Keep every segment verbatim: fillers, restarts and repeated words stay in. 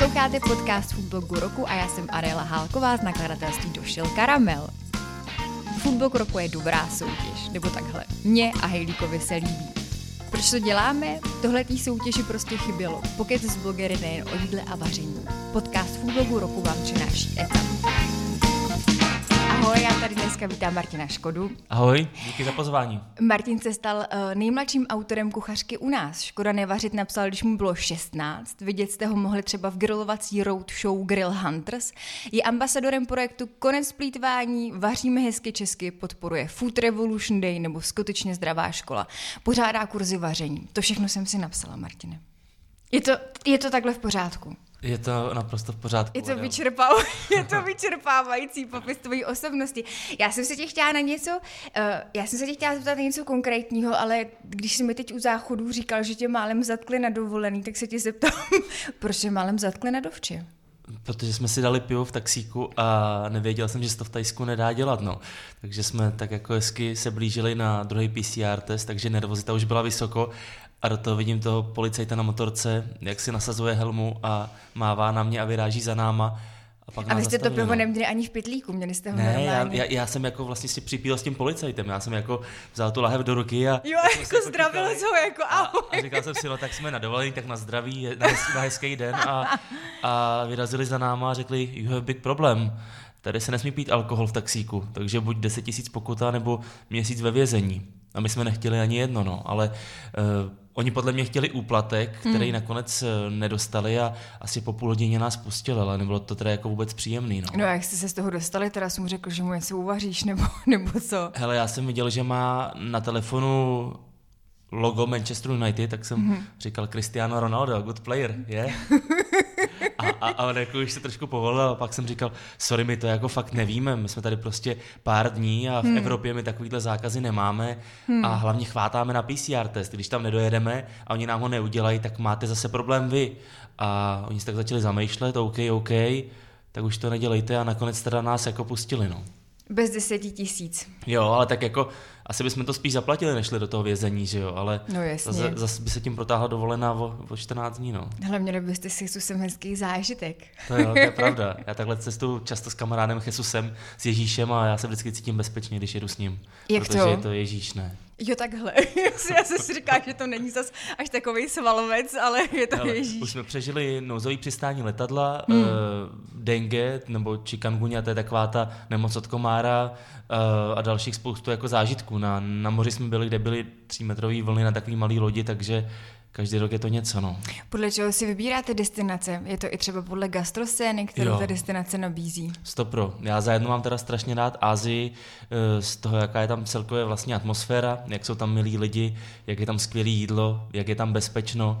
Posloucháte podcast Foodblogu roku a já jsem Adéla Hálková z nakladatelství Došel Karamel. Foodblog roku je dobrá soutěž, nebo takhle. Mně a Hejlíkovi se líbí. Proč to děláme? Tohletý soutěži prostě chybělo. Pokec s blogery nejen o jídle a vaření. Podcast Foodblogu roku vám přináší Eta. Ahoj, já tady dneska vítám Martina Škodu. Ahoj, díky za pozvání. Martin se stal uh, nejmladším autorem kuchařky u nás. Škoda nevařit napsal, když mu bylo šestnáct. Vidět jste ho mohli třeba v grilovací road show Grill Hunters. Je ambasadorem projektu Konec plýtvání, vaříme hezky česky, podporuje Food Revolution Day nebo Skutečně zdravá škola. Pořádá kurzy vaření. To všechno jsem si napsala, Martine. Je to, je to takhle v pořádku? Je to naprosto v pořádku. Je to, vyčerpáv... je to vyčerpávající popis tvojí osobnosti. Já jsem se tě chtěla na něco, uh, já jsem se tě chtěla zeptat na něco konkrétního, ale když jsi mi teď u záchodu říkal, že tě málem zatkli na dovolený, tak se tě zeptám, proč tě málem zatkli na dovče? Protože jsme si dali pivo v taxíku a nevěděl jsem, že se to v Thajsku nedá dělat, no. Takže jsme tak jako hezky se blížili na druhý P C R test, takže nervozita už byla vysoko. A do toho vidím toho policajta na motorce, jak si nasazuje helmu a mává na mě a vyráží za náma. A, pak a vy jste to pivo no. neměli ani v pytlíku, měli jste ho ne, normálně. Já, já, já jsem jako vlastně si připíl s tím policajtem, já jsem jako vzal tu lahev do ruky a... Jo, jako zdravil ho, jako ahoj. A, a říkal jsem si, no tak jsme na dovolení, tak na zdraví, na hezký, na hezký den a, a vyrazili za náma a řekli, you have big problem. Tady se nesmí pít alkohol v taxíku, takže buď deset tisíc pokuta nebo měsíc ve vězení. A my jsme nechtěli ani jedno, no, ale uh, oni podle mě chtěli úplatek, který hmm. nakonec uh, nedostali a asi po půl hodině nás pustili, ale nebylo to teda jako vůbec příjemný, no. No a jak jste se z toho dostali, teda jsem mu řekl, že mu něco uvaříš, nebo, nebo co? Hele, já jsem viděl, že má na telefonu logo Manchester United, tak jsem hmm. říkal Cristiano Ronaldo, good player, je? Yeah? A, a, a on jako už se trošku povolil a pak jsem říkal, sorry, my to jako fakt nevíme, my jsme tady prostě pár dní a v hmm. Evropě my takovýhle zákazy nemáme hmm. a hlavně chvátáme na P C R test, když tam nedojedeme a oni nám ho neudělají, tak máte zase problém vy. A oni se tak začali zamýšlet, OK, OK, tak už to nedělejte a nakonec teda nás jako pustili, no. Bez deseti tisíc. Jo, ale tak jako asi bychom to spíš zaplatili, než šli do toho vězení, že jo, ale no zase, zase by se tím protáhla dovolená o, o čtrnáct dní, no. Hele, měli byste s Jesusem hezký zážitek. To jo, to je pravda. Já takhle cestuju často s kamarádem Jesusem, s Ježíšem a já se vždycky cítím bezpečně, když jedu s ním. Jak protože to? je to Ježíš, ne. Jo, takhle. Já jsem si říkala, že to není zas až takovej svalovec, ale je to Hele, Ježíš. Už jsme přežili nouzový přistání letadla, hmm. uh, dengue nebo chikungunya, to je taková ta nemoc od komára uh, a dalších spoustu jako zážitků. Na, na moři jsme byli, kde byly třímetrový vlny na takový malý lodi, takže každý rok je to něco, no. Podle čeho si vybíráte destinace? Je to i třeba podle gastroscény, kterou jo. ta destinace nabízí? Stopro. Já za jedno mám teda strašně rád Asii, z toho, jaká je tam celkově vlastně atmosféra, jak jsou tam milí lidi, jak je tam skvělé jídlo, jak je tam bezpečno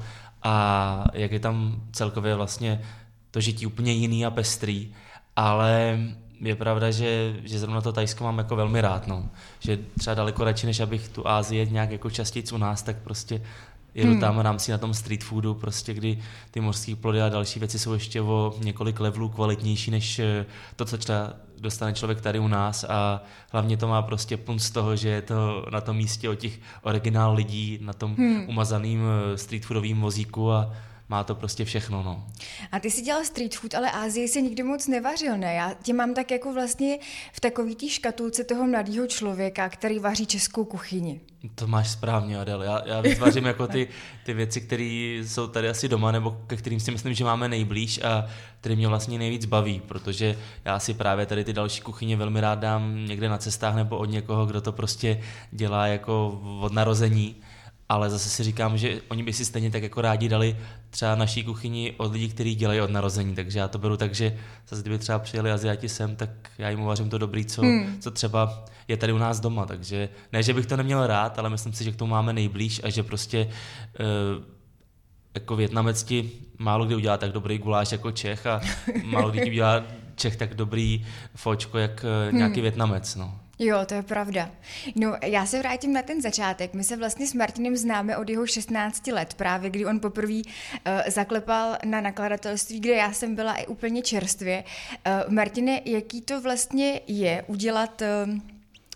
a jak je tam celkově vlastně to žití úplně jiný a pestrý. Ale je pravda, že, že zrovna to Thajsko mám jako velmi rád, no. Že třeba daleko radši, než abych tu Asii nějak jako častějc u nás, tak prostě jedu hmm. tam a dám si na tom street foodu, prostě kdy ty mořské plody a další věci jsou ještě o několik levelů kvalitnější než to, co třeba dostane člověk tady u nás a hlavně to má prostě punt z toho, že je to na tom místě od těch originál lidí, na tom hmm. umazaným street foodovým vozíku a má to prostě všechno, no. A ty jsi dělal street food, ale Asii se nikdy moc nevařil, ne? Já tě mám tak jako vlastně v takový té škatulce toho mladého člověka, který vaří českou kuchyni. To máš správně, Adele. Já, já víc vařím jako ty, ty věci, které jsou tady asi doma, nebo ke kterým si myslím, že máme nejblíž a které mě vlastně nejvíc baví, protože já si právě tady ty další kuchyně velmi rád dám někde na cestách nebo od někoho, kdo to prostě dělá jako od narození. Ale zase si říkám, že oni by si stejně tak jako rádi dali třeba naší kuchyni od lidí, kteří dělají od narození, takže já to beru tak, že zase kdyby třeba přijeli Aziati sem, tak já jim uvařím to dobrý, co, hmm. co třeba je tady u nás doma, takže ne, že bych to neměl rád, ale myslím si, že k tomu máme nejblíž a že prostě uh, jako Vietnamec ti málo kdy udělá tak dobrý guláš jako Čech a málo kdy ti udělá Čech tak dobrý fočko jak uh, nějaký hmm. Vietnamec, no. Jo, to je pravda. No, já se vrátím na ten začátek. My se vlastně s Martinem známe od jeho šestnácti let, právě kdy on poprvé uh, zaklepal na nakladatelství, kde já jsem byla i úplně čerstvě. Uh, Martine, jaký to vlastně je udělat uh,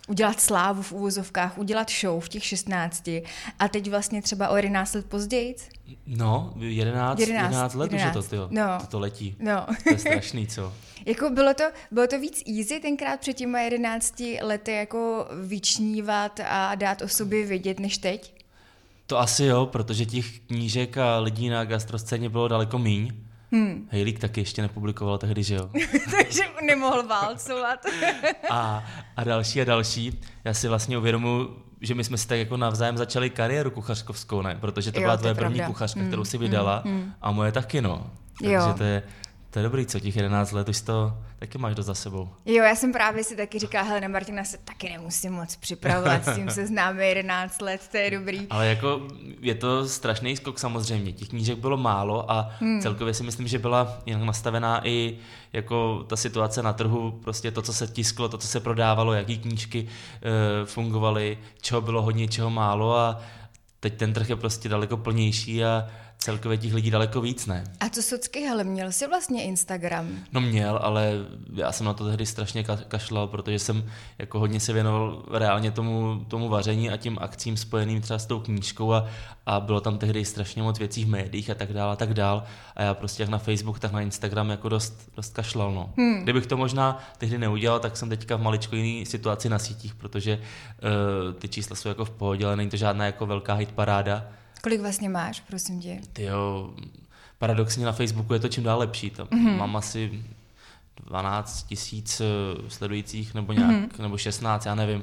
udělat slávu v uvozovkách, udělat show v těch šestnácti a teď vlastně třeba o jedenáct let později? No, jedenáct, jedenáct let jedenáct. Už je to, tyjo. No. To, to letí. No. To je strašný, co? Jako bylo to, bylo to víc easy tenkrát před těma jedenácti lety jako vyčnívat a dát o sobě vědět než teď? To asi jo, protože těch knížek a lidí na gastroscéně bylo daleko míň. Hmm. Hejlík taky ještě nepublikoval tehdy, že jo? Takže nemohl válcovat. a, a další a další. Já si vlastně uvědomuji, že my jsme si tak jako navzájem začali kariéru kuchařkovskou, ne? Protože to jo, byla to tvoje první kuchařka, hmm. kterou si vydala hmm. a moje taky, no. Takže jo. to je... To je dobrý, co těch jedenáct let, už to taky máš dost za sebou. Jo, já jsem právě si taky říkala, hele, na Martina se taky nemusím moc připravovat, s tím se známe jedenáct let, to je dobrý. Ale jako je to strašný skok samozřejmě, těch knížek bylo málo a hmm. celkově si myslím, že byla jinak nastavená i jako ta situace na trhu, prostě to, co se tisklo, to, co se prodávalo, jaký knížky e, fungovaly, čeho bylo hodně, čeho málo a teď ten trh je prostě daleko plnější a celkově těch lidí daleko víc, ne? A co socky, hele, měl jsi vlastně Instagram? No měl, ale já jsem na to tehdy strašně ka- kašlal, protože jsem jako hodně se věnoval reálně tomu, tomu vaření a tím akcím spojeným třeba s tou knížkou a, a bylo tam tehdy strašně moc věcí v médiích a tak dál a tak dál a já prostě jak na Facebook, tak na Instagram jako dost, dost kašlal, no. Hmm. Kdybych to možná tehdy neudělal, tak jsem teďka v maličko jiný situaci na sítích, protože uh, ty čísla jsou jako v pohodě, ale není to žádná jako velká hit paráda. Kolik vlastně máš, prosím tě? Tyjo, paradoxně na Facebooku je to čím dál lepší. Tam mm-hmm. mám asi dvanáct tisíc sledujících nebo nějak, mm-hmm. nebo šestnáct, já nevím.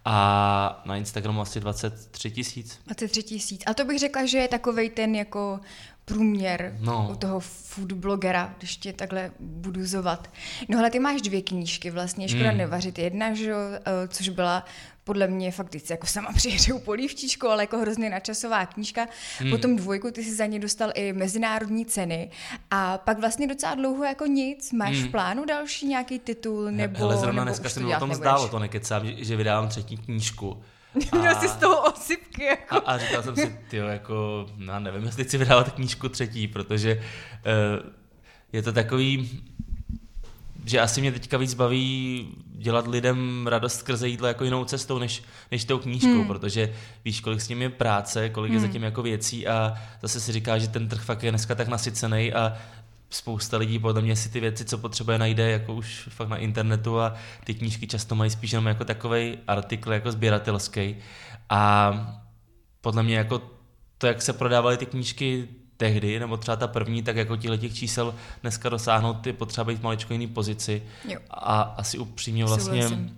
A na Instagramu asi dvacet tři tisíc. dvacet tři tisíc. A to bych řekla, že je takovej ten jako průměr no. u toho food blogera, když tě takhle budu zovat. No ale ty máš dvě knížky vlastně, Škoda mm. nevařit. Jedna, že, což byla podle mě fakt jako sama přihřeju polívčičku, ale jako hrozně nadčasová knížka. Hmm. Potom dvojku, ty si za ně dostal i mezinárodní ceny. A pak vlastně docela dlouho jako nic. Máš hmm. v plánu další nějaký titul? Nebo, Hele, zrovna nebo dneska se mi o tom zdálo, to nekecám, že, že vydávám třetí knížku. Měl jsi z toho osypky. Jako. A, a říkal jsem si, tyjo, jako, no, nevím, jestli chci vydávat knížku třetí, protože uh, je to takový... že asi mě teďka víc baví dělat lidem radost skrze jídlo jako jinou cestou, než, než tou knížkou, hmm. protože víš, kolik s tím je práce, kolik hmm. je zatím jako věcí a zase si říká, že ten trh fakt je dneska tak nasycený a spousta lidí podle mě si ty věci, co potřebuje, najde jako už fakt na internetu a ty knížky často mají spíš jenom jako takovej artikl jako sběratelský a podle mě jako to, jak se prodávaly ty knížky tehdy, nebo třeba ta první, tak jako těchto těch čísel dneska dosáhnout, je potřeba být v maličko jiný pozici. Jo. A asi upřímně vlastně Souhlasím.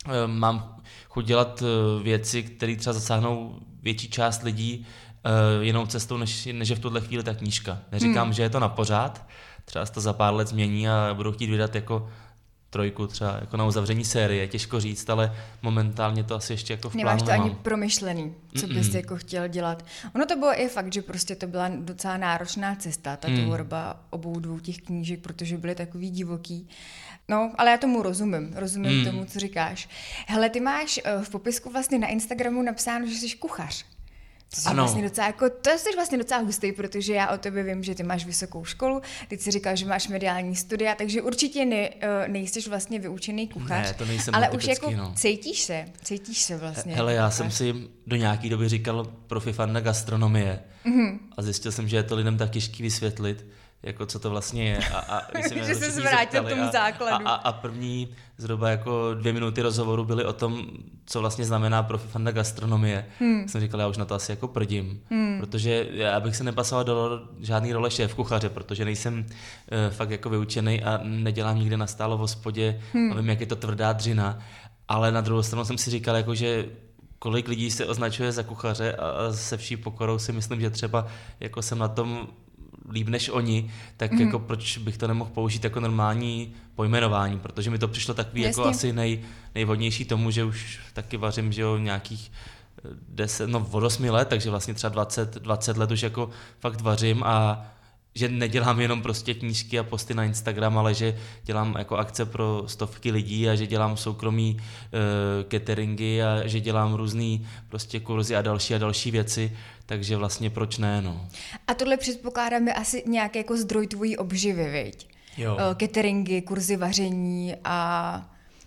mám chuť dělat věci, které třeba zasáhnou větší část lidí jinou cestou, než, než je v tuhle chvíli ta knížka. Neříkám, hmm. že je to na pořád, třeba se to za pár let změní a budou chtít vydat jako trojku třeba jako na uzavření série, těžko říct, ale momentálně to asi ještě jako v plánu Nemáš to nemám. ani promyšlený, co Mm-mm. bys jako chtěl dělat. Ono to bylo i fakt, že prostě to byla docela náročná cesta, ta mm. tvorba obou dvou těch knížek, protože byly takový divoký. No, ale já tomu rozumím, rozumím mm. tomu, co říkáš. Hele, ty máš v popisku vlastně na Instagramu napsáno, že jsi kuchař. To jsi vlastně docela, jako, to jsi vlastně docela hustý, protože já o tobě vím, že ty máš vysokou školu, teď jsi říkal, že máš mediální studia, takže určitě ne, nejsiš vlastně vyučený kuchař. Ne, to nejsem ale už jako no. cítíš se, cítíš se vlastně. Hele, já kuchař. jsem si do nějaký doby říkal profi fanda gastronomie mm-hmm. a zjistil jsem, že je to lidem tak těžký vysvětlit, jako co to vlastně je. A, a že se zvrátil tomu a, základu. A, a, a první zhruba jako dvě minuty rozhovoru byly o tom, co vlastně znamená profi fanda gastronomie. Hmm. Jsem říkal, já už na to asi jako prdím, hmm. protože já bych se nepasoval do žádný role šéf kuchaře, protože nejsem uh, fakt jako vyučený a nedělám nikde na stálo v hospodě hmm. a vím, jak je to tvrdá dřina, ale na druhou stranu jsem si říkal, jako, že kolik lidí se označuje za kuchaře a se vší pokorou si myslím, že třeba jako jsem na tom líp než oni, tak mm. jako proč bych to nemohl použít jako normální pojmenování, protože mi to přišlo takový Jasně. jako asi nej, nejvhodnější tomu, že už taky vařím, že jo, nějakých deset, no od osmi let, takže vlastně třeba dvacet, dvacet let už jako fakt vařím a že nedělám jenom prostě knížky a posty na Instagram, ale že dělám jako akce pro stovky lidí a že dělám soukromý uh, cateringy a že dělám různý prostě kurzy a další a další věci, takže vlastně proč ne, no. A tohle předpokládáme asi nějaký jako zdroj tvojí obživy, viď? Jo. Uh, cateringy, kurzy vaření a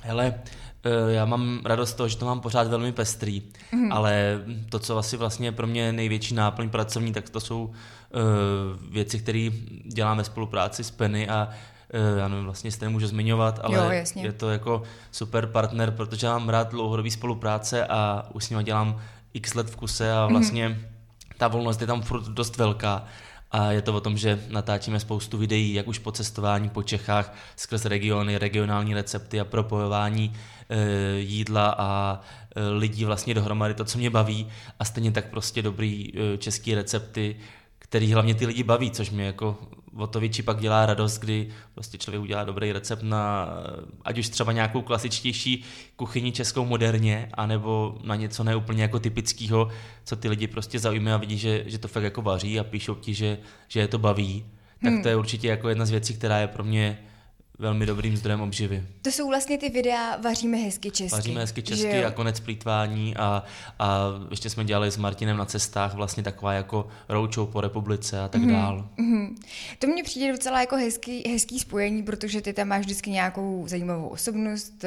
Hele, já mám radost z toho, že to mám pořád velmi pestrý, mm. ale to, co asi vlastně je pro mě největší náplň pracovní, tak to jsou uh, věci, které dělám ve spolupráci s Penny a uh, já nevím, vlastně se nemůžu zmiňovat, ale jo, je to jako super partner, protože mám rád dlouhodobý spolupráce a už s nima dělám x let v kuse a vlastně mm. ta volnost je tam furt dost velká. A je to o tom, že natáčíme spoustu videí, jak už po cestování po Čechách, skrz regiony, regionální recepty a propojování e, jídla a e, lidí vlastně dohromady, to, co mě baví, a stejně tak prostě dobrý e, český recepty, který hlavně ty lidi baví, což mě jako o to větší pak dělá radost, kdy prostě člověk udělá dobrý recept na ať už třeba nějakou klasičtější kuchyni českou moderně, anebo na něco neúplně jako typického, co ty lidi prostě zaujme a vidí, že, že to fakt jako vaří a píšou ti, že, že je to baví. Tak hmm. to je určitě jako jedna z věcí, která je pro mě velmi dobrým zdrojem obživy. To jsou vlastně ty videa Vaříme hezky česky. Vaříme hezky česky a Konec plýtvání a, a ještě jsme dělali s Martinem na cestách vlastně taková jako roadshow po republice a tak mm-hmm. dál. Mm-hmm. To mně přijde docela jako hezký, hezký spojení, protože ty tam máš vždycky nějakou zajímavou osobnost,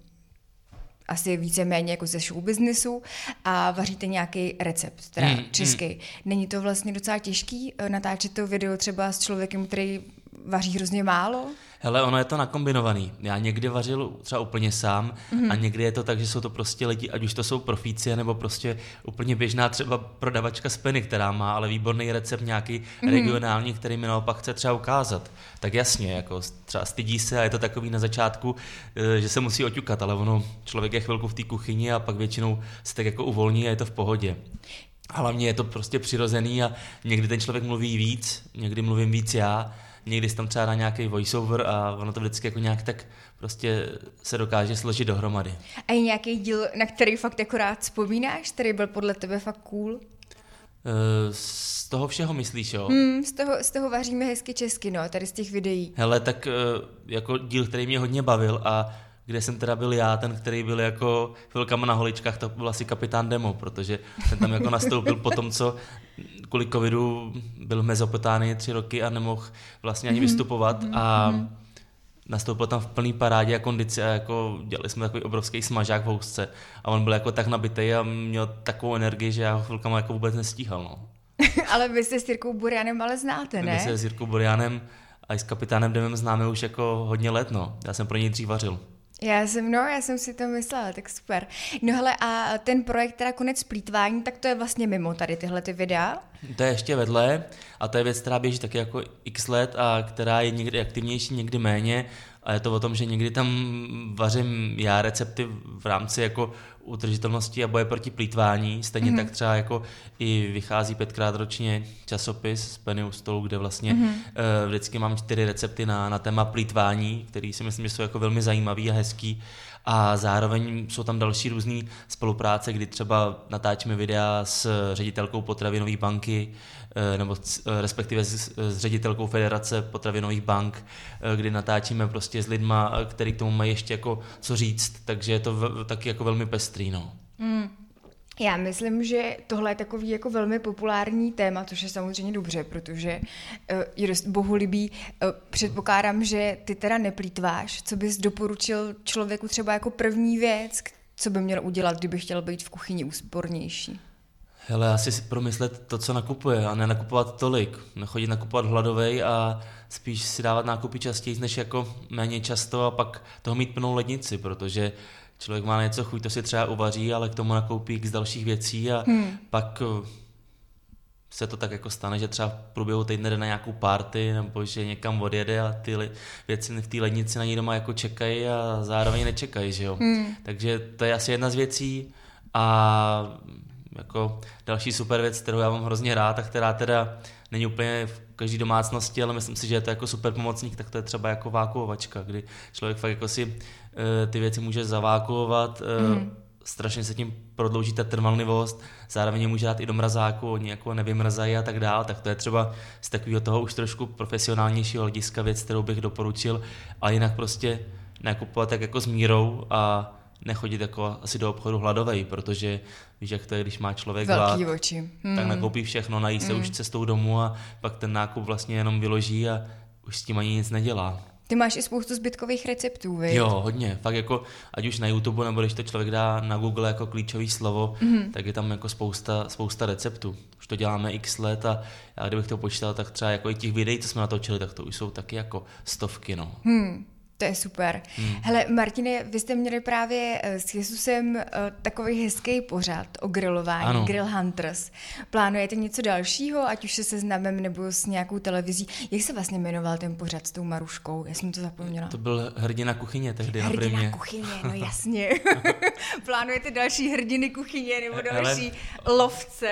asi víceméně jako ze show businessu a vaříte nějaký recept, teda mm, český. Mm. Není to vlastně docela těžký natáčet to video třeba s člověkem, který vaří hrozně málo? Hele, ono je to nakombinovaný. Já někdy vařil třeba úplně sám mm-hmm. a někdy je to tak, že jsou to prostě lidi, ať už to jsou profíci, nebo prostě úplně běžná třeba prodavačka z Penny, která má ale výborný recept nějaký mm-hmm. regionální, který mi naopak chce třeba ukázat. Tak jasně, jako třeba stydí se a je to takový na začátku, že se musí oťukat, ale ono, člověk je chvilku v té kuchyni a pak většinou se tak jako uvolní a je to v pohodě. Hlavně je to prostě přirozený a někdy ten člověk mluví víc, někdy mluvím víc já, někdy si tam třeba dá nějaký voiceover a ono to vždycky jako nějak tak prostě se dokáže složit dohromady. A je nějaký díl, na který fakt jako rád vzpomínáš, který byl podle tebe fakt cool? Z toho všeho myslíš, jo? Hmm, z, toho, z toho Vaříme hezky česky, no, tady z těch videí. Hele, tak jako díl, který mě hodně bavil a kde jsem teda byl já, ten, který byl jako chvilkama na holičkách, to byl asi kapitán Demo, protože ten tam jako nastoupil po tom, co kvůli covidu byl v Mezopotánii tři roky a nemohl vlastně ani vystupovat a nastoupil tam v plný parádě a kondici a jako dělali jsme takový obrovský smažák v housce a on byl jako tak nabitej a měl takovou energii, že já ho chvilkama jako vůbec nestíhal, no. Ale vy se s Jirkou Burianem ale znáte, ne? My se s Jirkou Burianem a i s kapitánem Demem známe už jako hodně let, no. Já jsem pro něj dřív vařil. Já jsem, no, já jsem si to myslela, tak super. No hele, a ten projekt teda Konec plýtvání, tak to je vlastně mimo tady tyhle ty videa? To je ještě vedle a to je věc, která běží taky jako x let a která je někdy aktivnější, někdy méně a je to o tom, že někdy tam vařím já recepty v rámci jako udržitelnosti a boje proti plýtvání, stejně mm-hmm. tak třeba jako i vychází pětkrát ročně časopis z Penny u stolu, kde vlastně mm-hmm. uh, vždycky mám čtyři recepty na, na téma plýtvání, který si myslím, že jsou jako velmi zajímavý a hezký a zároveň jsou tam další různé spolupráce, kdy třeba natáčíme videa s ředitelkou potravinové banky nebo respektive s, s ředitelkou Federace potravinových bank, kdy natáčíme prostě s lidma, který k tomu mají ještě jako co říct, takže je to v, taky jako velmi pestrý, no. Mm. Já myslím, že tohle je takový jako velmi populární téma, což je samozřejmě dobře, protože uh, je dost bohulibý. Uh, předpokládám, že ty teda neplýtváš. Co bys doporučil člověku třeba jako první věc, co by měl udělat, kdyby chtěl být v kuchyni úspornější? Hele, asi si promyslet to, co nakupuje a nenakupovat tolik. Nechodit nakupovat hladovej a spíš si dávat nákupy častěji, než jako méně často a pak toho mít plnou lednici, protože člověk má něco chuť, to si třeba uvaří, ale k tomu nakoupí x dalších věcí a hmm. pak se to tak jako stane, že třeba v průběhu týdne jde na nějakou party nebo že někam odjede a ty věci v té lednici na ní doma jako čekají a zároveň nečekají, že jo. Hmm. Takže to je asi jedna z věcí a jako další super věc, kterou já mám hrozně rád a která teda není úplně v každé domácnosti, ale myslím si, že je to jako super pomocník, tak to je třeba jako vákuovačka, kdy člověk fakt jako si uh, ty věci může zavákuovat, uh, mm. strašně se tím prodlouží ta trvanlivost, zároveň je může dát i do mrazáku, oni jako nevymrzají a tak dál, tak to je třeba z takového toho už trošku profesionálnějšího hlediska věc, kterou bych doporučil, ale jinak prostě nakupovat tak jako s mírou a nechodit jako asi do obchodu hladovej, protože víš, jak to je, když má člověk velký hlad, oči. Hmm. tak nakoupí všechno, nají se hmm. už cestou domů a pak ten nákup vlastně jenom vyloží a už s tím ani nic nedělá. Ty máš i spoustu zbytkových receptů, viď? Jo, hodně. Fakt jako, ať už na YouTube, nebo když to člověk dá na Google jako klíčový slovo, mm-hmm. tak je tam jako spousta, spousta receptů. Už to děláme x let a já kdybych to počítal, tak třeba jako i těch videí, co jsme natočili, tak to už jsou taky jako stovky, no. Hmm. To je super. Hmm. Hele, Martine, vy jste měli právě s Jesusem uh, takový hezký pořad o grilování, ano. Grill Hunters. Plánujete něco dalšího, ať už se seznamem nebo s nějakou televizí? Jak se vlastně jmenoval ten pořad s tou Maruškou? Já jsem to zapomněla. To byl Hrdina kuchyně tehdy na Primě. Hrdina kuchyně, no jasně. Plánujete další hrdiny kuchyně nebo další Hele, lovce?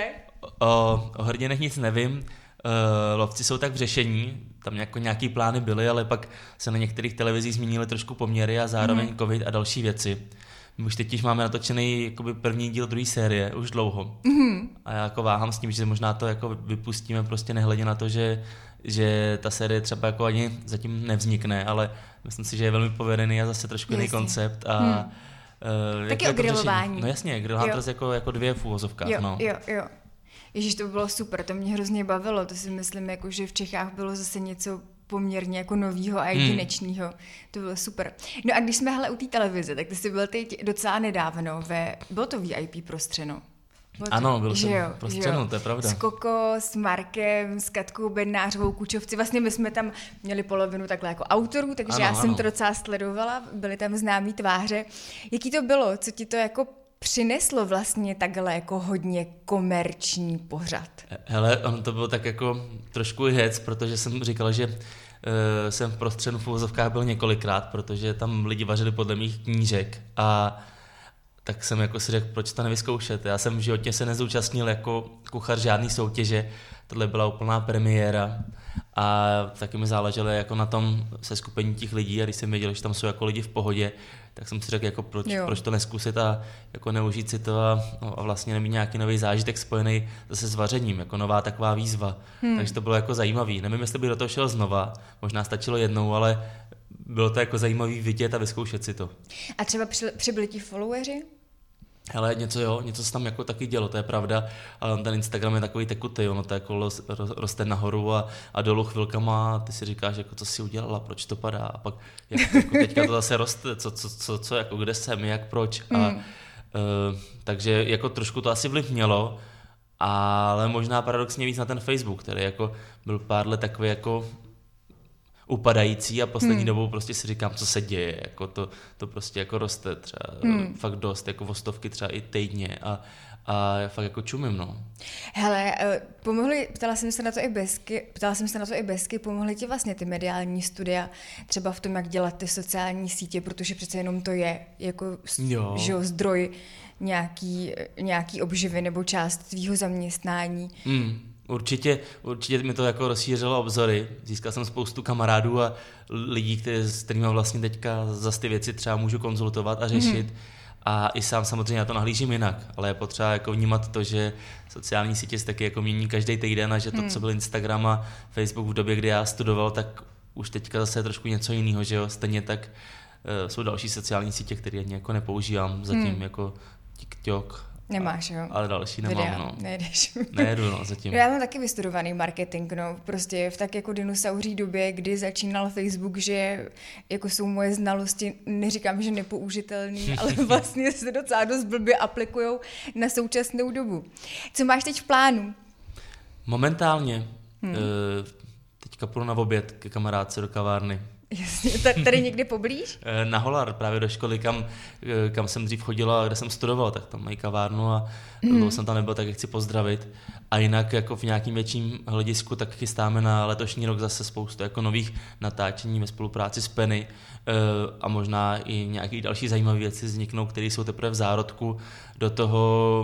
O, o hrdinech nic nevím. Uh, lovci jsou tak v řešení, tam jako nějaký plány byly, ale pak se na některých televizích změnily trošku poměry a zároveň mm. covid a další věci. My už teď máme natočený jakoby první díl druhé série, už dlouho. Mm. A já jako váhám s tím, že možná to jako vypustíme prostě nehledě na to, že, že ta série třeba jako ani zatím nevznikne, ale myslím si, že je velmi povedený a zase trošku jiný koncept. A, mm. uh, Taky jako o grilování. No jasně, Grill Hunters jako, jako dvě v úvozovkách. Jo, no. jo, jo. Ježíš, to bylo super, to mě hrozně bavilo, to si myslím, jako, že v Čechách bylo zase něco poměrně jako novýho a jedinečného. Hmm. To bylo super. No a když jsme hele u té televize, tak ty jsi byl teď docela nedávno ve, bylo to V I P Prostřeno. Bylo to, ano, byl jsem Prostřeno, to je pravda. S Koko, s Markem, s Katkou Bednářovou, Kučovci, vlastně my jsme tam měli polovinu takhle jako autorů, takže ano, já jsem ano. to docela sledovala, byly tam známý tváře. Jaký to bylo, co ti to jako přineslo vlastně takhle jako hodně komerční pořad? Hele, on to bylo tak jako trošku hec, protože jsem říkal, že uh, jsem v Prostřenu v uvozovkách byl několikrát, protože tam lidi vařili podle mých knížek a tak jsem jako si řekl, proč to nevyzkoušet. Já jsem v životě se nezúčastnil jako kuchař žádný soutěže, tohle byla úplná premiéra a taky mi záleželo jako na tom seskupení těch lidí a když jsem věděl, že tam jsou jako lidi v pohodě, tak jsem si řekl, jako proč, proč to neskusit a jako neužít si to a, no, a vlastně nemít nějaký nový zážitek spojený zase s vařením, jako nová taková výzva. Hmm. Takže to bylo jako zajímavý. Nevím, jestli bych do toho šel znova, možná stačilo jednou, ale bylo to jako zajímavý vidět a vyzkoušet si to. A třeba při, přibyli ti followeri? Hele, něco jo, něco se tam jako taky dělo, to je pravda, ale ten Instagram je takový tekutý, ono to jako roste nahoru a, a dolů chvilkama a ty si říkáš, jako co jsi udělala, proč to padá a pak jak, jako teďka to zase roste, co, co, co, co jako kde jsem, jak, proč a hmm. uh, takže jako trošku to asi vliv mělo, ale možná paradoxně víc na ten Facebook, který jako byl pár let takový jako upadající a poslední hmm. dobou prostě si říkám, co se děje, jako to, to prostě jako roste třeba hmm. fakt dost, jako o stovky třeba i týdně a, a fakt jako čumím, no. Hele, pomohli, ptala jsem se na to i Besky, ptala jsem se na to i Besky, pomohly ti vlastně ty mediální studia třeba v tom, jak dělat ty sociální sítě, protože přece jenom to je jako že, zdroj nějaký, nějaký obživy nebo část tvýho zaměstnání. Hmm. Určitě, určitě mi to jako rozšířilo obzory. Získal jsem spoustu kamarádů a lidí, kteří, s kterými vlastně teďka zase ty věci třeba můžu konzultovat a řešit. Mm. A i sám samozřejmě na to nahlížím jinak, ale je potřeba jako vnímat to, že sociální sítě se taky jako mění každý týden a že to, mm. co byl Instagram a Facebook v době, kdy já studoval, tak už teďka zase je trošku něco jiného, že jo. Stejně tak uh, jsou další sociální sítě, které ani jako nepoužívám zatím, mm. jako TikTok. Nemáš, jo? Ale další nemám, Videa, no. Nejdeš. Nejedu, no, zatím. Já mám taky vystudovaný marketing, no. Prostě v tak jako dinosauří době, kdy začínal Facebook, že jako jsou moje znalosti, neříkám, že nepoužitelný, ale vlastně se docela dost blbě aplikujou na současnou dobu. Co máš teď v plánu? Momentálně. Hmm. Teďka půjdu na oběd ke kamarádce do kavárny. Jasně, tady někde poblíž? Na Holar, právě do školy, kam, kam jsem dřív chodila a kde jsem studoval, tak tam mají kavárnu a mm. jsem tam nebyl, tak je chci pozdravit. A jinak jako v nějakým větším hledisku tak chystáme na letošní rok zase spoustu jako nových natáčení ve spolupráci s Penny a možná i nějaké další zajímavé věci vzniknou, které jsou teprve v zárodku. Do toho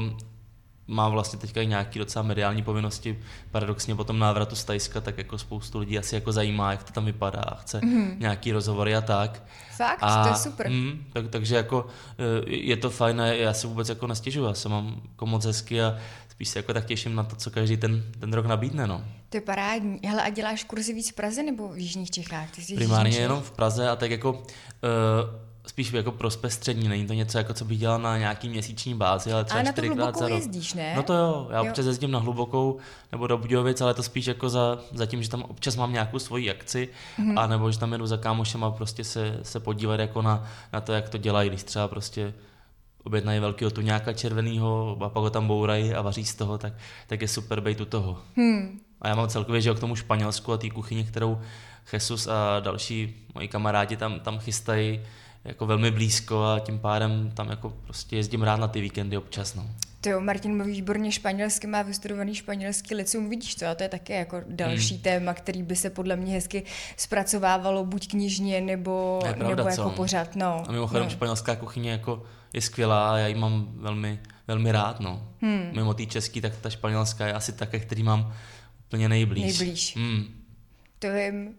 má vlastně teďka i nějaký docela mediální povinnosti, paradoxně po tom návratu z Thajska, tak jako spoustu lidí asi jako zajímá, jak to tam vypadá a chce mm. nějaký rozhovory a tak. Fakt, a, to je super. Mm, tak, takže jako je to fajn a já si vůbec jako nestěžuji, já se mám jako moc hezky a spíš se jako tak těším na to, co každý ten, ten rok nabídne, no. To je parádní. Hele, a děláš kurzy víc v Praze nebo v jižních Čechách? Ty jsi Primárně jižních jenom v Praze a tak jako uh, spíš jako pro zpestření, není to něco, jako co bych dělal na nějaký měsíční bázi, ale třeba čtyřikrát za rok. Jezdíš, ne? No to jo, já jo. občas jezdím na Hlubokou nebo do Budějovic, ale to spíš jako za, za tím, že tam občas mám nějakou svoji akci, mm-hmm. a nebo že tam jedu za kámošem a prostě se, se podívat jako na, na to, jak to dělají, když třeba prostě objednají velkého tuňáka červenýho a pak ho tam bourají a vaří z toho, tak, tak je super bejt u toho. Hmm. A já mám celkově, že k tomu Španělsku a té kuchyni, kterou Jesus a další moji kamarádi tam, tam chystají jako velmi blízko a tím pádem tam jako prostě jezdím rád na ty víkendy občas. No. To jo, Martin mluví výborně španělsky, má vystudovaný španělský lyceum, vidíš to, a to je také jako další hmm. téma, který by se podle mě hezky zpracovávalo buď knižně, nebo, pravda, nebo jako co? pořád. No. A mimochodem no. španělská kuchyně jako je skvělá a já ji mám velmi, velmi rád. No. Hmm. Mimo té český, tak ta španělská je asi také, který mám úplně nejblíž. Nejblíž. Hmm. To vím.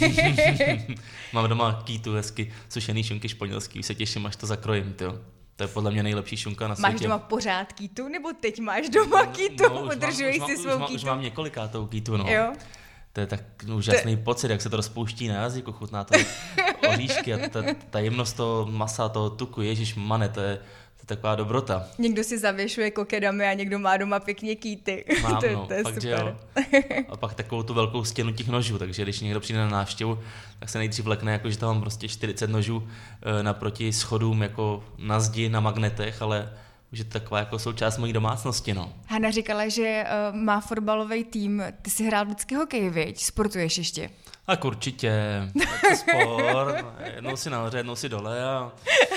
Mám doma kýtu hezky, sušený šunky španělský, už se těším, až to zakrojím, tyjo. To je podle mě nejlepší šunka na světě. Máš doma pořád kýtu, nebo teď máš doma kýtu? No, no, udržuješ si svou kýtu? Už mám několikátou kýtu, no. Jo? To je tak úžasný to... pocit, jak se to rozpouští na jazyku, chutná to oříšky a ta, ta jemnost toho masa, toho tuku, ježišmane, to je, to je taková dobrota. Někdo si zavěšuje kokedami a někdo má doma pěkně kýty. Mám, to, no, to je fakt, super. Jo. A pak takovou tu velkou stěnu těch nožů, takže když někdo přijde na návštěvu, tak se nejdřív lekne, jako že tam mám prostě čtyřicet nožů e, naproti schodům, jako na zdi, na magnetech, ale už je to taková jako součást mojí domácnosti, no. Hana říkala, že uh, má fotbalový tým, ty jsi hrál vždycky hokej, viď? Sportuješ ještě? Tak určitě, jako sport, jednou si nahoře, jednou si dole a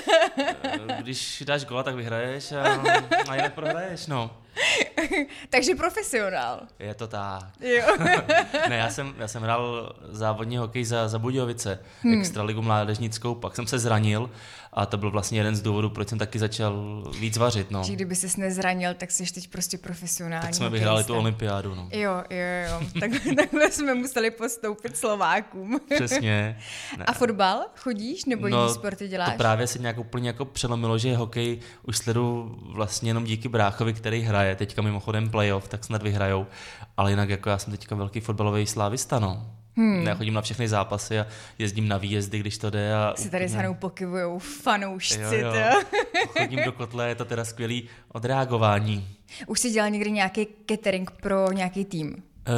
když dáš góla, tak vyhraješ a, a jinak prohraješ, no. Takže profesionál. Je to tak. Jo. Ne, já jsem, já jsem hrál závodní hokej za, za Budějovice, hmm. extraligu mládežnickou, pak jsem se zranil a to byl vlastně jeden z důvodů, proč jsem taky začal víc vařit, no. Či kdyby ses nezranil, tak jsi teď prostě profesionální. Tak jsme vyhráli tu olympiádu, no. Jo, jo, jo. Tak, takhle jsme museli postoupit Slovákům. Přesně. Ne. A fotbal? Chodíš nebo no, jiný sporty děláš? To právě se nějak úplně jako přelomilo, že hokej už sleduju vlastně jenom díky bráchovi, který hraje. Teďka mimochodem playoff, tak snad vyhrajou. Ale jinak jako já jsem teďka velký fotbalový slávista, no. Hmm. Já chodím na všechny zápasy a jezdím na výjezdy, když to jde. A si tady s Hanou pokyvujou fanoušci. Jo, jo. Chodím do kotle, je to teda skvělý odreagování. Už jsi dělal někdy nějaký catering pro nějaký tým?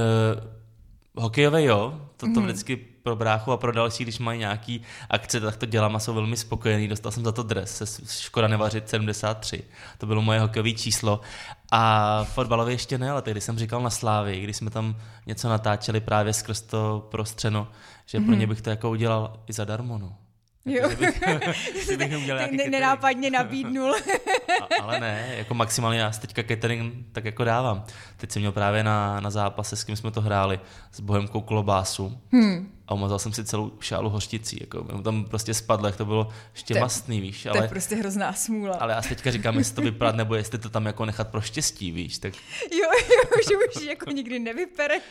Uh, hokejové jo, to, to mm-hmm. vždycky pro bráchu a pro další, když mají nějaký akce, tak to dělám a jsou velmi spokojený. Dostal jsem za to dres se Škoda Nevařit sedmdesát tři. To bylo moje hokejové číslo. A fotbalově ještě ne, ale tehdy jsem říkal na Slávii, když jsme tam něco natáčeli právě skrz to prostřeno, že mm-hmm. pro ně bych to jako udělal i zadarmo, no. Jo, bych, bych tak nenápadně nabídnul. A, ale ne, jako maximálně já si teďka catering tak jako dávám. Teď jsem měl právě na, na zápase, s kým jsme to hráli, s Bohemkou klobásu hmm. a umazal jsem si celou šálu hořticí, jako tam prostě spadlo, jak to bylo ještě to, mastný, víš. Ale, to je prostě hrozná smůla. Ale já si teďka říkám, jestli to vypadat, nebo jestli to tam jako nechat pro štěstí, víš. Tak... Jo, jo, že už jako nikdy nevypereš.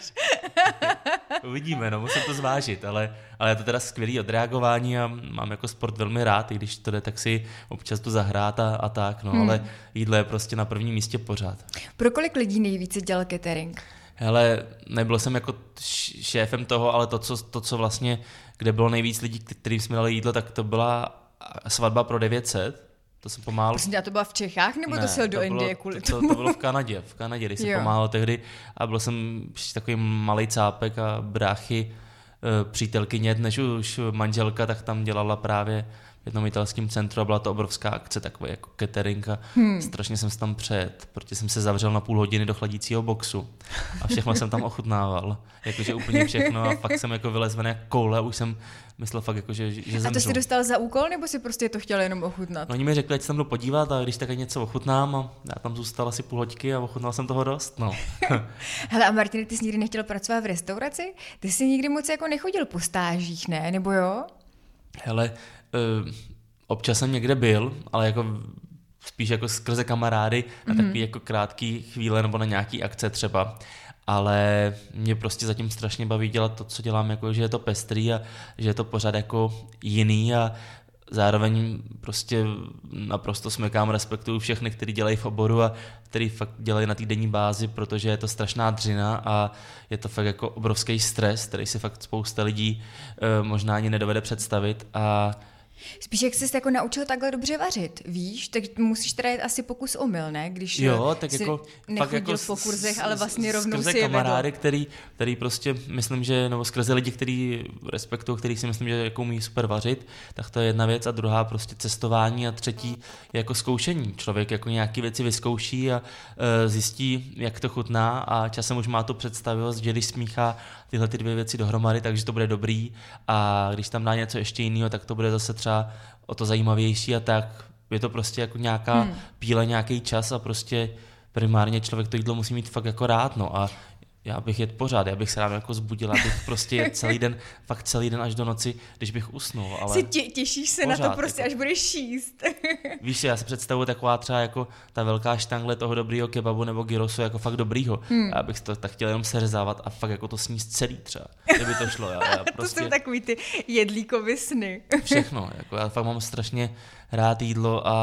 Uvidíme, no, musím to zvážit, ale, ale je to teda skvělý odreagování a mám jako sport velmi rád, i když to jde, tak si občas tu zahrát a, a tak, no, hmm. ale jídlo je prostě na prvním místě pořád. Pro kolik lidí nejvíce dělal catering? Hele, nebyl jsem jako šéfem toho, ale to, co, to, co vlastně, kde bylo nejvíc lidí, kterým jsme dali jídlo, tak to byla svatba pro devět set. To jsem pomáhal. Prosím tě, to byla v Čechách, nebo ne, to jel do Indie kvůli tomu? To, to bylo v Kanadě, v Kanadě, když jsem pomáhal tehdy a byl jsem takový malej cápek a bráchy, přítelkyně, než už manželka, tak tam dělala právě v jednom italském centru a byla to obrovská akce, takový jako catering a hmm. strašně jsem se tam přejet, protože jsem se zavřel na půl hodiny do chladícího boxu a všechno jsem tam ochutnával, jakože úplně všechno a fakt jsem jako vylezven jak koule a už jsem myslel fakt jako, že, že zemřu. A to jsi dostal za úkol, nebo si prostě to chtěl jenom ochutnat? No, oni mi řekli, ať se tam jdu podívat a když tak něco ochutnám a já tam zůstal asi půl hoďky a ochutnal jsem toho dost, no. Hele, a Martin, ty jsi nikdy nechtěl pracovat v restauraci? Ty jsi nikdy moc jako nechodil po stážích, ne? Nebo jo? Hele, uh, občas jsem někde byl, ale jako spíš jako skrze kamarády na mm-hmm. takový jako krátký chvíle nebo na nějaký akce třeba. Ale mě prostě zatím strašně baví dělat to, co dělám, jako, že je to pestrý a že je to pořád jako jiný a zároveň prostě naprosto smekám, respektuju všechny, kteří dělají v oboru a kteří fakt dělají na týdenní bázi, protože je to strašná dřina a je to fakt jako obrovský stres, který si fakt spousta lidí uh, možná ani nedovede představit a Spíš jak jsi se jako naučil takhle dobře vařit, víš? Tak musíš teda jít asi pokus omyl, ne? Když jo, tak jsi jako, nechodil jako po kurzech, ale vlastně rovnou skrze si je kamarády, který, který prostě, myslím, že, nebo skrze lidi, který respektují, který si myslím, že jako umí super vařit, tak to je jedna věc a druhá prostě cestování a třetí je jako zkoušení. Člověk jako nějaký věci vyzkouší a e, zjistí, jak to chutná a časem už má tu představivost, že když smíchá tyhle ty dvě věci dohromady, takže to bude dobrý a když tam dá něco ještě jiného, tak to bude zase třeba o to zajímavější a tak. Je to prostě jako nějaká hmm. píle, nějaký čas a prostě primárně člověk to jídlo musí mít fakt jako rád, no a já bych jet pořád, já bych se rád jako zbudil, abych prostě jet celý den, fakt celý den až do noci, když bych usnul, ale... Si tě, těšíš se pořád, na to prostě, jako, až budeš šíst. Víš, já si představuji taková třeba jako ta velká štangle toho dobrýho kebabu nebo gyrosu, jako fakt dobrýho. Hmm. Já bych to tak chtěl jenom seřezávat a fakt jako to sníst celý třeba, kdyby to šlo. Já, já prostě... To jsou takový ty jedlíkovy sny. Všechno, jako já fakt mám strašně rád jídlo a...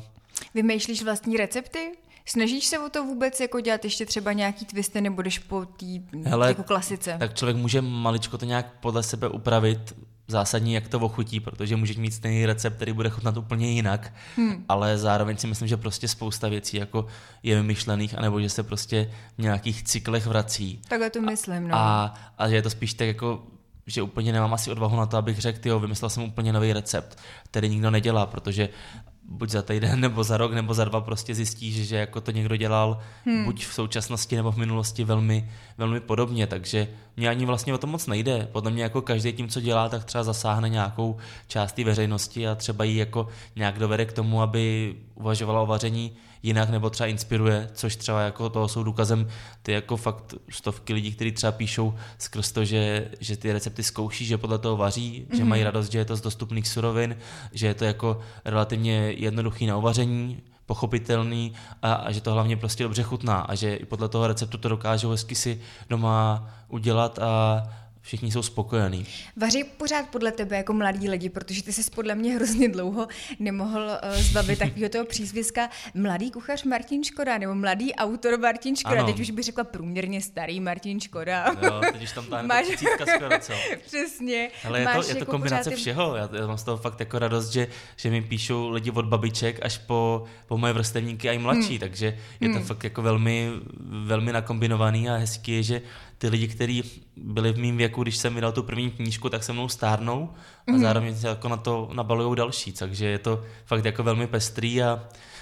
Vymýšlíš vlastní recepty? Snažíš se o to vůbec jako dělat ještě třeba nějaký twisty nebo jdeš po té jako klasice? Tak člověk může maličko to nějak podle sebe upravit, zásadní, jak to ochutí, protože můžeš mít stejný recept, který bude chutnat úplně jinak, hmm. ale zároveň si myslím, že prostě spousta věcí jako je vymyšlených, anebo že se prostě v nějakých cyklech vrací. Takhle to myslím, no. A, a že je to spíš tak jako, že úplně nemám asi odvahu na to, abych řekl, jo, vymyslel jsem úplně nový recept, který nikdo nedělá, protože buď za týden, nebo za rok, nebo za dva prostě zjistíš, že jako to někdo dělal hmm. buď v současnosti, nebo v minulosti velmi, velmi podobně, takže mě ani vlastně o to moc nejde. Podle mě jako každý tím, co dělá, tak třeba zasáhne nějakou část té veřejnosti a třeba jí jako nějak dovede k tomu, aby uvažovala o vaření jinak, nebo třeba inspiruje, což třeba jako toho jsou důkazem ty jako fakt stovky lidí, kteří třeba píšou skrz to, že, že ty recepty zkouší, že podle toho vaří, mm-hmm. že mají radost, že je to z dostupných surovin, že je to jako relativně jednoduchý na uvaření, pochopitelný a, a že to hlavně prostě dobře chutná a že i podle toho receptu to dokážou hezky si doma udělat a všichni jsou spokojení. Vaří pořád podle tebe jako mladí lidi, protože ty jsi podle mě hrozně dlouho nemohl uh, zbavit takového toho přízviska mladý kuchař Martin Škoda, nebo mladý autor Martin Škoda. Ano. Teď už bych řekla průměrně starý Martin Škoda. Jo, teď už tam táhne Máš... třicítka skoro, co? Přesně. Ale je to, je to jako kombinace pořád... všeho. Já, já mám z toho fakt jako radost, že, že mi píšou lidi od babiček až po, po moje vrstevníky a i mladší, hmm. takže je to hmm. fakt jako velmi, velmi nakombinovaný a hezký je, že ty lidi, kteří byli v mém věku, když jsem vydal tu první knížku, tak se mnou stárnou a mm. zároveň se jako na to nabalujou další, takže je to fakt jako velmi pestrý a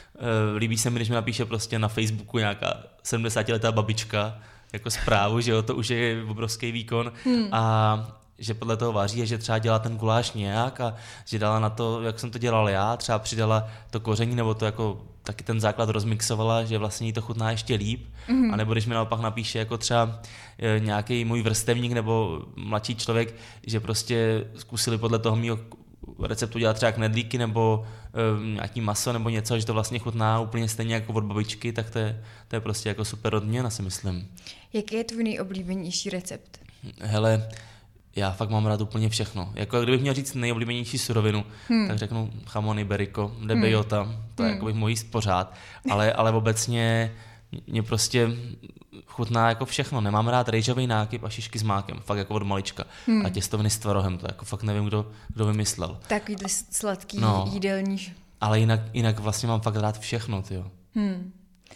e, líbí se mi, když mi napíše prostě na Facebooku nějaká sedmdesátiletá babička jako zprávu, že jo, to už je obrovský výkon mm. a že podle toho vaří a že třeba dělá ten guláš nějak a že dala na to, jak jsem to dělal já, třeba přidala to koření nebo to jako taky ten základ rozmixovala, že vlastně jí to chutná ještě líp. Mm-hmm. A nebo když mi naopak napíše jako třeba e, nějaký můj vrstevník nebo mladší člověk, že prostě zkusili podle toho mýho receptu dělat třeba knedlíky nebo e, nějaký maso nebo něco, že to vlastně chutná úplně stejně jako od babičky, tak to je, to je prostě jako super odměna, si myslím. Jaký je tvůj nejoblíbenější recept? Hele, já fakt mám rád úplně všechno. Jako kdybych měl říct nejoblíbenější surovinu, hmm. tak řeknu chamon iberico, de bellota, hmm. to je, hmm. jako bych mohl jíst pořád, ale, ale obecně mě prostě chutná jako všechno. Nemám rád rejžový nákyp a šišky s mákem, fakt jako od malička. Hmm. A těstoviny s tvarohem, to jako fakt nevím, kdo, kdo vymyslel. Takový sladký, no, jídelní. Ale jinak, jinak vlastně mám fakt rád všechno, tyjo. Hmm.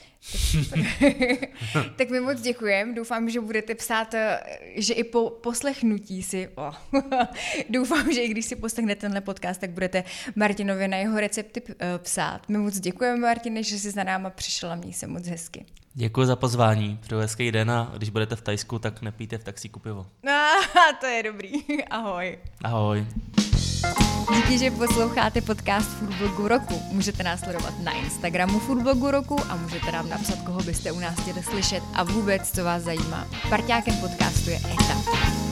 Tak mi moc děkujem. Doufám, že budete psát, že i po poslechnutí si, oh, doufám, že i když si poslechnete tenhle podcast, tak budete Martinovi na jeho recepty psát. My moc děkujeme, Martine, že jsi za náma přišel a měj se moc hezky. Děkuji za pozvání. Přeju hezký den a když budete v Thajsku, tak nepijte v taxíku pivo. Ah, to je dobrý. Ahoj. Ahoj. Díky, že posloucháte podcast Foodblogu roku. Můžete nás sledovat na Instagramu Foodblogu roku a můžete nám napsat, koho byste u nás chtěli slyšet a vůbec, co vás zajímá. Parťákem podcastu je Eta.